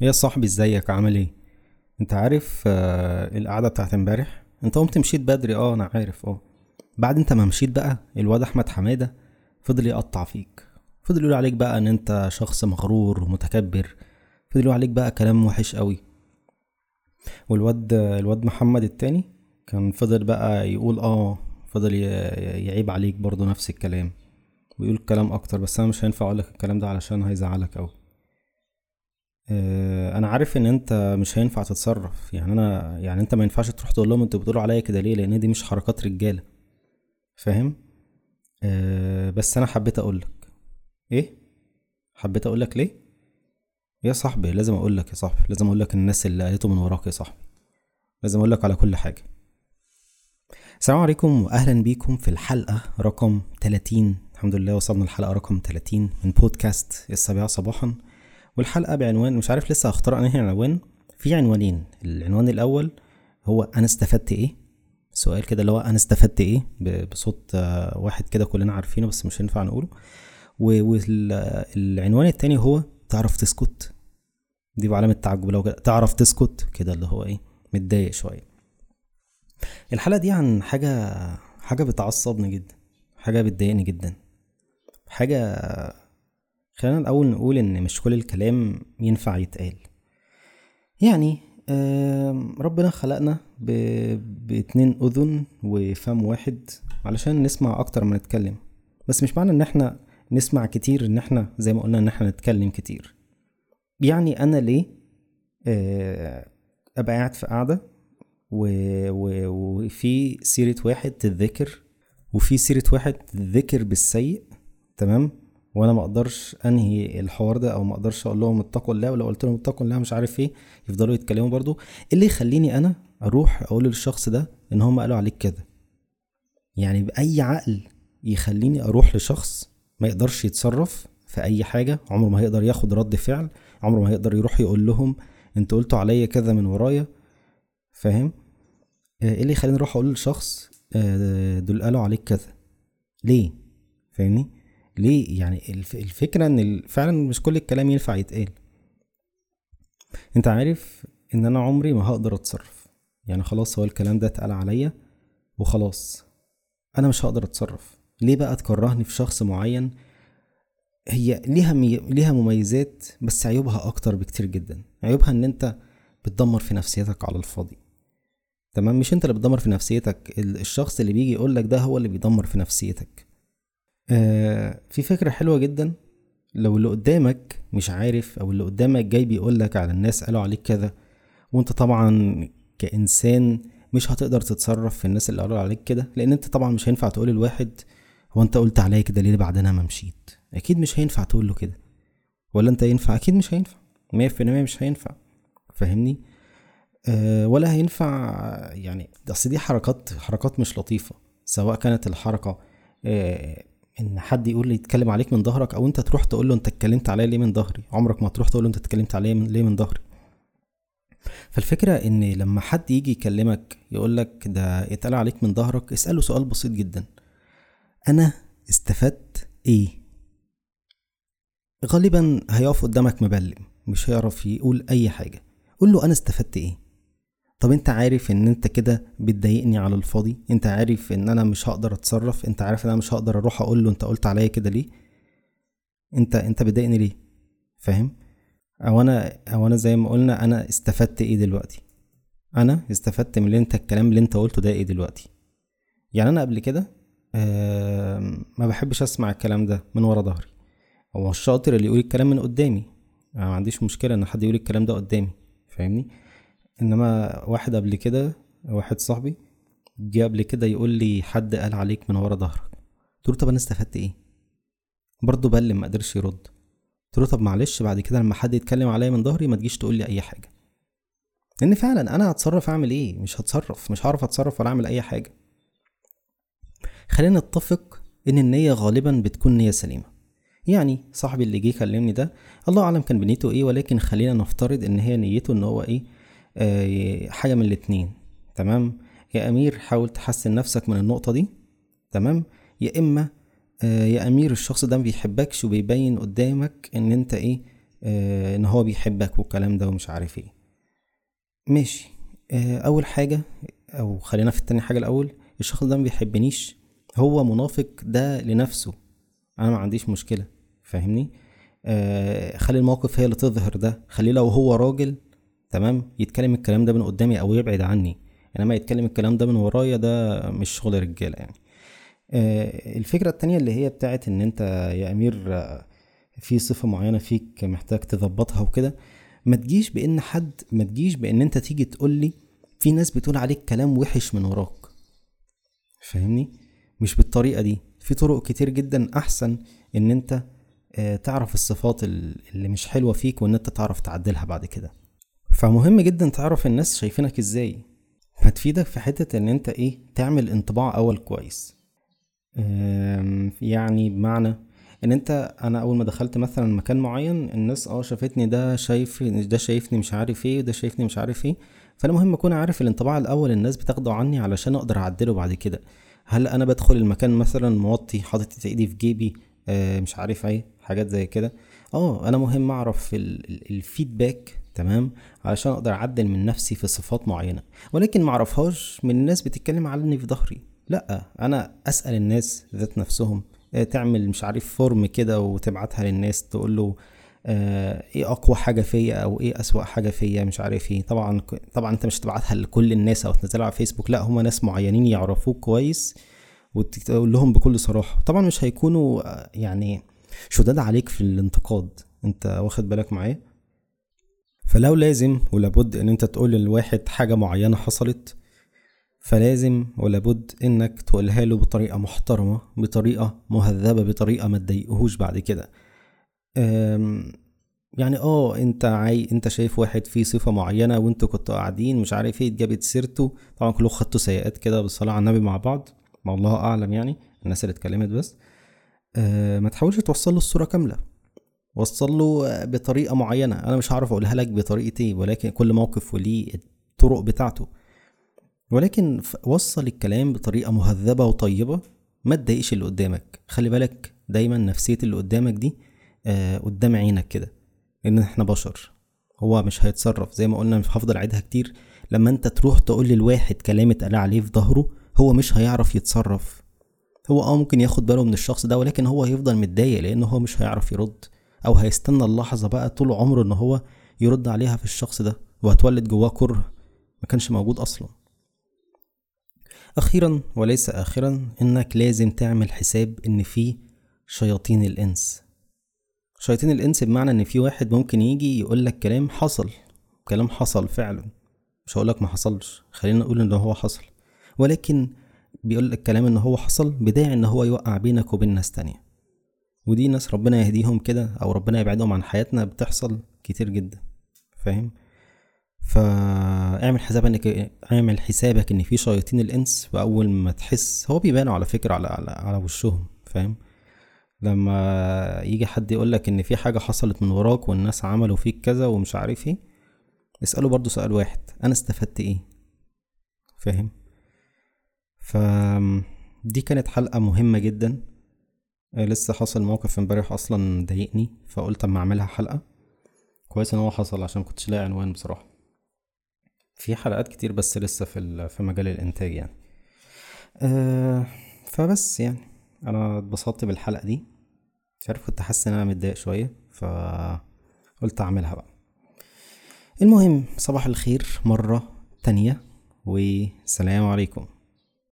يا صاحبي، ازيك؟ عامل ايه؟ انت عارف القعده بتاعت امبارح؟ انت قمت مشيت بدري، انا عارف. بعد انت ما مشيت بقى الواد احمد حماده فضل يقطع فيك، فضل يقول عليك بقى ان انت شخص مغرور ومتكبر، فضل يقول عليك بقى كلام وحش قوي. والواد محمد التاني كان فضل بقى يقول فضل يعيب عليك برضو نفس الكلام، ويقول كلام اكتر. بس انا مش هينفع اقولك الكلام ده علشان هيزعلك قوي. انا عارف ان انت مش هينفع تتصرف، يعني انت ما ينفعش تروح تقول لهم انتوا بتقولوا عليا كده ليه، لان دي مش حركات رجاله. فاهم؟ بس انا حبيت اقولك. ايه؟ حبيت اقولك ليه؟ يا صاحبي لازم اقولك، يا صاحبي لازم اقولك الناس اللي قالته من وراك، يا صاحبي لازم اقولك على كل حاجه. السلام عليكم واهلا بيكم في الحلقه رقم 30. الحمد لله وصلنا الحلقه رقم 30 من بودكاست السابعة صباحا. والحلقه بعنوان، مش عارف لسه هختار انهي عنوان. في عنوانين. العنوان الاول هو انا استفدت ايه، سؤال كده اللي هو انا استفدت ايه بصوت واحد كده كلنا عارفينه بس مش هينفع نقوله. والعنوان التاني هو تعرف تسكت. دي بعلامة تعجب لو كده تعرف تسكت كده، اللي هو ايه، متضايق شوية. الحلقة دي عن حاجة بتعصبني جدا، حاجة بتضايقني جدا، حاجة. خلينا الأول نقول إن مش كل الكلام ينفع يتقال. يعني ربنا خلقنا باتنين أذن وفم واحد علشان نسمع أكتر ما نتكلم. بس مش معنى إن احنا نسمع كتير إن احنا زي ما قلنا إن احنا نتكلم كتير. يعني أنا ليه أبقى قاعد في قاعدة وفي سيرة واحد تتذكر، وفي سيرة واحد تتذكر بالسيء، تمام؟ وانا ما اقدرش انهي الحوار ده، او ما اقدرش اقول لهم اتقوا الله، ولو قلت لهم اتقوا الله مش عارف ايه يفضلوا يتكلموا برضو. اللي يخليني انا اروح اقول للشخص ده ان هم قالوا عليك كده؟ يعني باي عقل يخليني اروح لشخص ما يقدرش يتصرف في اي حاجة، عمره ما هيقدر ياخد رد فعل، عمره ما هيقدر يروح يقول لهم انتوا قلتوا عليا كذا من ورايا؟ فاهم؟ ايه اللي يخليني اروح اقول للشخص دول قالوا عليك كذا؟ ليه؟ فاهمني؟ ليه؟ يعني الفكرة ان فعلا مش كل الكلام ينفع يتقال. انت عارف ان انا عمري ما هقدر اتصرف، يعني خلاص هو الكلام ده اتقال عليا وخلاص، انا مش هقدر اتصرف. ليه بقى تكرهني في شخص معين؟ هي ليها مميزات، بس عيوبها اكتر بكتير جدا. عيوبها ان انت بتدمر في نفسيتك على الفاضي. تمام؟ مش انت اللي بتدمر في نفسيتك، الشخص اللي بيجي يقولك ده هو اللي بيدمر في نفسيتك. في فكرة حلوة جدا، لو اللي قدامك مش عارف، او اللي قدامك جاي بيقولك على الناس قالوا عليك كذا، وانت طبعا كإنسان مش هتقدر تتصرف في الناس اللي قالوا عليك كده، لان انت طبعا مش هينفع تقول الواحد هو انت قلت عليا كده ليه بعد انا ما مشيت. اكيد مش هينفع تقول له كده. ولا انت ينفع؟ اكيد مش هينفع، 100% مش هينفع. فاهمني؟ ولا هينفع. يعني اصل دي حركات مش لطيفة. سواء كانت الحركة ان حد يقول لي يتكلم عليك من ظهرك، او انت تروح تقول له انت اتكلمت عليا ليه من ظهري. عمرك ما تروح تقول له انت اتكلمت عليا ليه من ظهري. فالفكرة ان لما حد يجي يكلمك يقول لك ده اتقال عليك من ظهرك، اسأله سؤال بسيط جدا: انا استفدت ايه؟ غالبا هيقف قدامك مبلم، مش هيعرف يقول اي حاجة. قول له انا استفدت ايه. طب انت عارف ان انت كده بتضايقني على الفاضي، انت عارف ان انا مش هقدر اتصرف، انت عارف ان انا مش هقدر اروح اقول له انت قلت عليا كده ليه. انت بتضايقني ليه؟ فاهم؟ او انا زي ما قلنا، انا استفدت ايه دلوقتي؟ انا استفدت من اللي انت الكلام اللي انت قلته ده ايه دلوقتي؟ يعني انا قبل كده ما بحبش اسمع الكلام ده من ورا ظهري. هو الشاطر اللي يقول الكلام من قدامي، انا ما عنديش مشكله ان حد يقول الكلام ده قدامي، فاهمني؟ انما واحد قبل كده، واحد صاحبي جه قبل كده يقول لي حد قال عليك من ورا ظهرك. قلت له طب انا استفدت ايه؟ برضه بلم، ما قدرش يرد. قلت له طب معلش، بعد كده لما حد يتكلم عليا من ظهري ما تجيش تقول لي اي حاجه، لان فعلا انا هتصرف اعمل ايه؟ مش هتصرف، مش هعرف اتصرف ولا اعمل اي حاجه. خلينا نتفق ان النيه غالبا بتكون نيه سليمه. يعني صاحبي اللي جه يكلمني ده الله اعلم كان بنيته ايه، ولكن خلينا نفترض ان هي نيته ان هو ايه، حاجه من الاتنين. تمام؟ يا امير حاول تحسن نفسك من النقطه دي، تمام؟ يا اما يا امير الشخص ده ما بيحبكش وبيبين قدامك ان انت ايه، ان هو بيحبك والكلام ده ومش عارف ايه. ماشي. اول حاجة، او خلينا في التاني حاجة الاول، الشخص ده ما بيحبنيش، هو منافق ده لنفسه، انا ما عنديش مشكلة، فاهمني؟ خلي الموقف هي اللي تظهر ده، خليه لو هو راجل تمام يتكلم الكلام ده من قدامي او يبعد عني، انما يتكلم الكلام ده من ورايا ده مش شغل رجالة يعني. الفكرة التانية اللي هي بتاعت ان انت يا امير في صفة معينة فيك محتاج تظبطها وكده، ما تجيش بان انت تيجي تقولي في ناس بتقول عليك كلام وحش من وراك، فاهمني؟ مش بالطريقة دي، في طرق كتير جدا احسن ان انت تعرف الصفات اللي مش حلوة فيك، وان انت تعرف تعدلها بعد كده. فمهم جدا تعرف الناس شايفينك ازاي، هتفيدك في حتة ان انت ايه، تعمل انطباع اول كويس. يعني بمعنى ان انت، انا اول ما دخلت مثلا مكان معين الناس شافتني، ده شايفني مش عارف ايه، وده شايفني مش عارف ايه، فانا مهم اكون عارف الانطباع الاول الناس بتاخده عني علشان اقدر اعدله بعد كده. هل انا بدخل المكان مثلا موطي، حاطط ايدي في جيبي، مش عارف ايه حاجات زي كده؟ انا مهم اعرف الفيدباك تمام، علشان اقدر اعدل من نفسي في صفات معينة، ولكن معرفهاش من الناس بتتكلم عني في ظهري. لا، انا اسأل الناس ذات نفسهم، تعمل مش عارف فورم كده وتبعتها للناس تقول له ايه اقوى حاجة فيا او ايه اسوأ حاجة فيا، مش عارف ايه. طبعا انت مش تبعتها لكل الناس او تنزلها على فيسبوك، لا، هما ناس معينين يعرفوك كويس وتقول لهم بكل صراحة. طبعا مش هيكونوا يعني شداد عليك في الانتقاد، انت واخد بالك معايا؟ فلو لازم ولابد ان انت تقول للواحد حاجة معينة حصلت، فلازم ولابد انك تقولها له بطريقة محترمة، بطريقة مهذبة، بطريقة ما تضايقهوش بعد كده. يعني انت شايف واحد فيه صفة معينة وانتوا كنتوا قاعدين مش عارف ايه، اتجابت سيرته، طبعا كلكم خدتوا سيئات كده بالصلاة على النبي مع بعض، ما الله اعلم يعني الناس اللي اتكلمت بس. ما تحاولش توصل له الصورة كاملة، وصل له بطريقة معينة، انا مش هعرف اقولها لك بطريقة ايه، ولكن كل موقف وليه الطرق بتاعته، ولكن وصل الكلام بطريقة مهذبة وطيبة، ما تضايقش اللي قدامك. خلي بالك دايما نفسية اللي قدامك دي قدام عينك كده، ان احنا بشر، هو مش هيتصرف زي ما قلنا، مش هفضل اعيدها كتير. لما انت تروح تقول للواحد كلام اتقال عليه في ظهره، هو مش هيعرف يتصرف، هو ممكن ياخد باله من الشخص ده، ولكن هو هيفضل متضايق لانه هو مش هيعرف يرد، او هيستنى اللحظة بقى طول عمره ان هو يرد عليها في الشخص ده، وهتولد جواه كره ما كانش موجود اصلا. اخيرا وليس اخرا، انك لازم تعمل حساب ان في شياطين الانس. شياطين الانس بمعنى ان في واحد ممكن يجي يقولك كلام حصل فعلا، مش هقولك ما حصلش، خلينا نقول ان هو حصل، ولكن بيقولك كلام ان هو حصل بداعي ان هو يوقع بينك وبين ناس تانية، ودي ناس ربنا يهديهم كده او ربنا يبعدهم عن حياتنا، بتحصل كتير جدا، فاهم؟ اعمل حسابك ان في شياطين الانس، واول ما تحس، هو بيبانوا على فكرة على وشهم، فاهم؟ لما يجي حد يقولك ان في حاجة حصلت من وراك والناس عملوا فيك كذا ومش عارف ايه، اسأله برضو سؤال واحد، انا استفدت ايه؟ فاهم؟ ف دي كانت حلقة مهمة جدا. لسه حصل موقف امبارح اصلا ضايقني، فقلت اما اعملها حلقة. كويس ان هو حصل عشان كنتش لاقي عنوان بصراحة. في حلقات كتير بس لسه في مجال الانتاج يعني. فبس يعني انا اتبسطت بالحلقة دي، مش عارف، كنت حاسس ان انا متضايق شوية، فقلت اعملها بقى. المهم، صباح الخير مرة تانية، وسلام عليكم.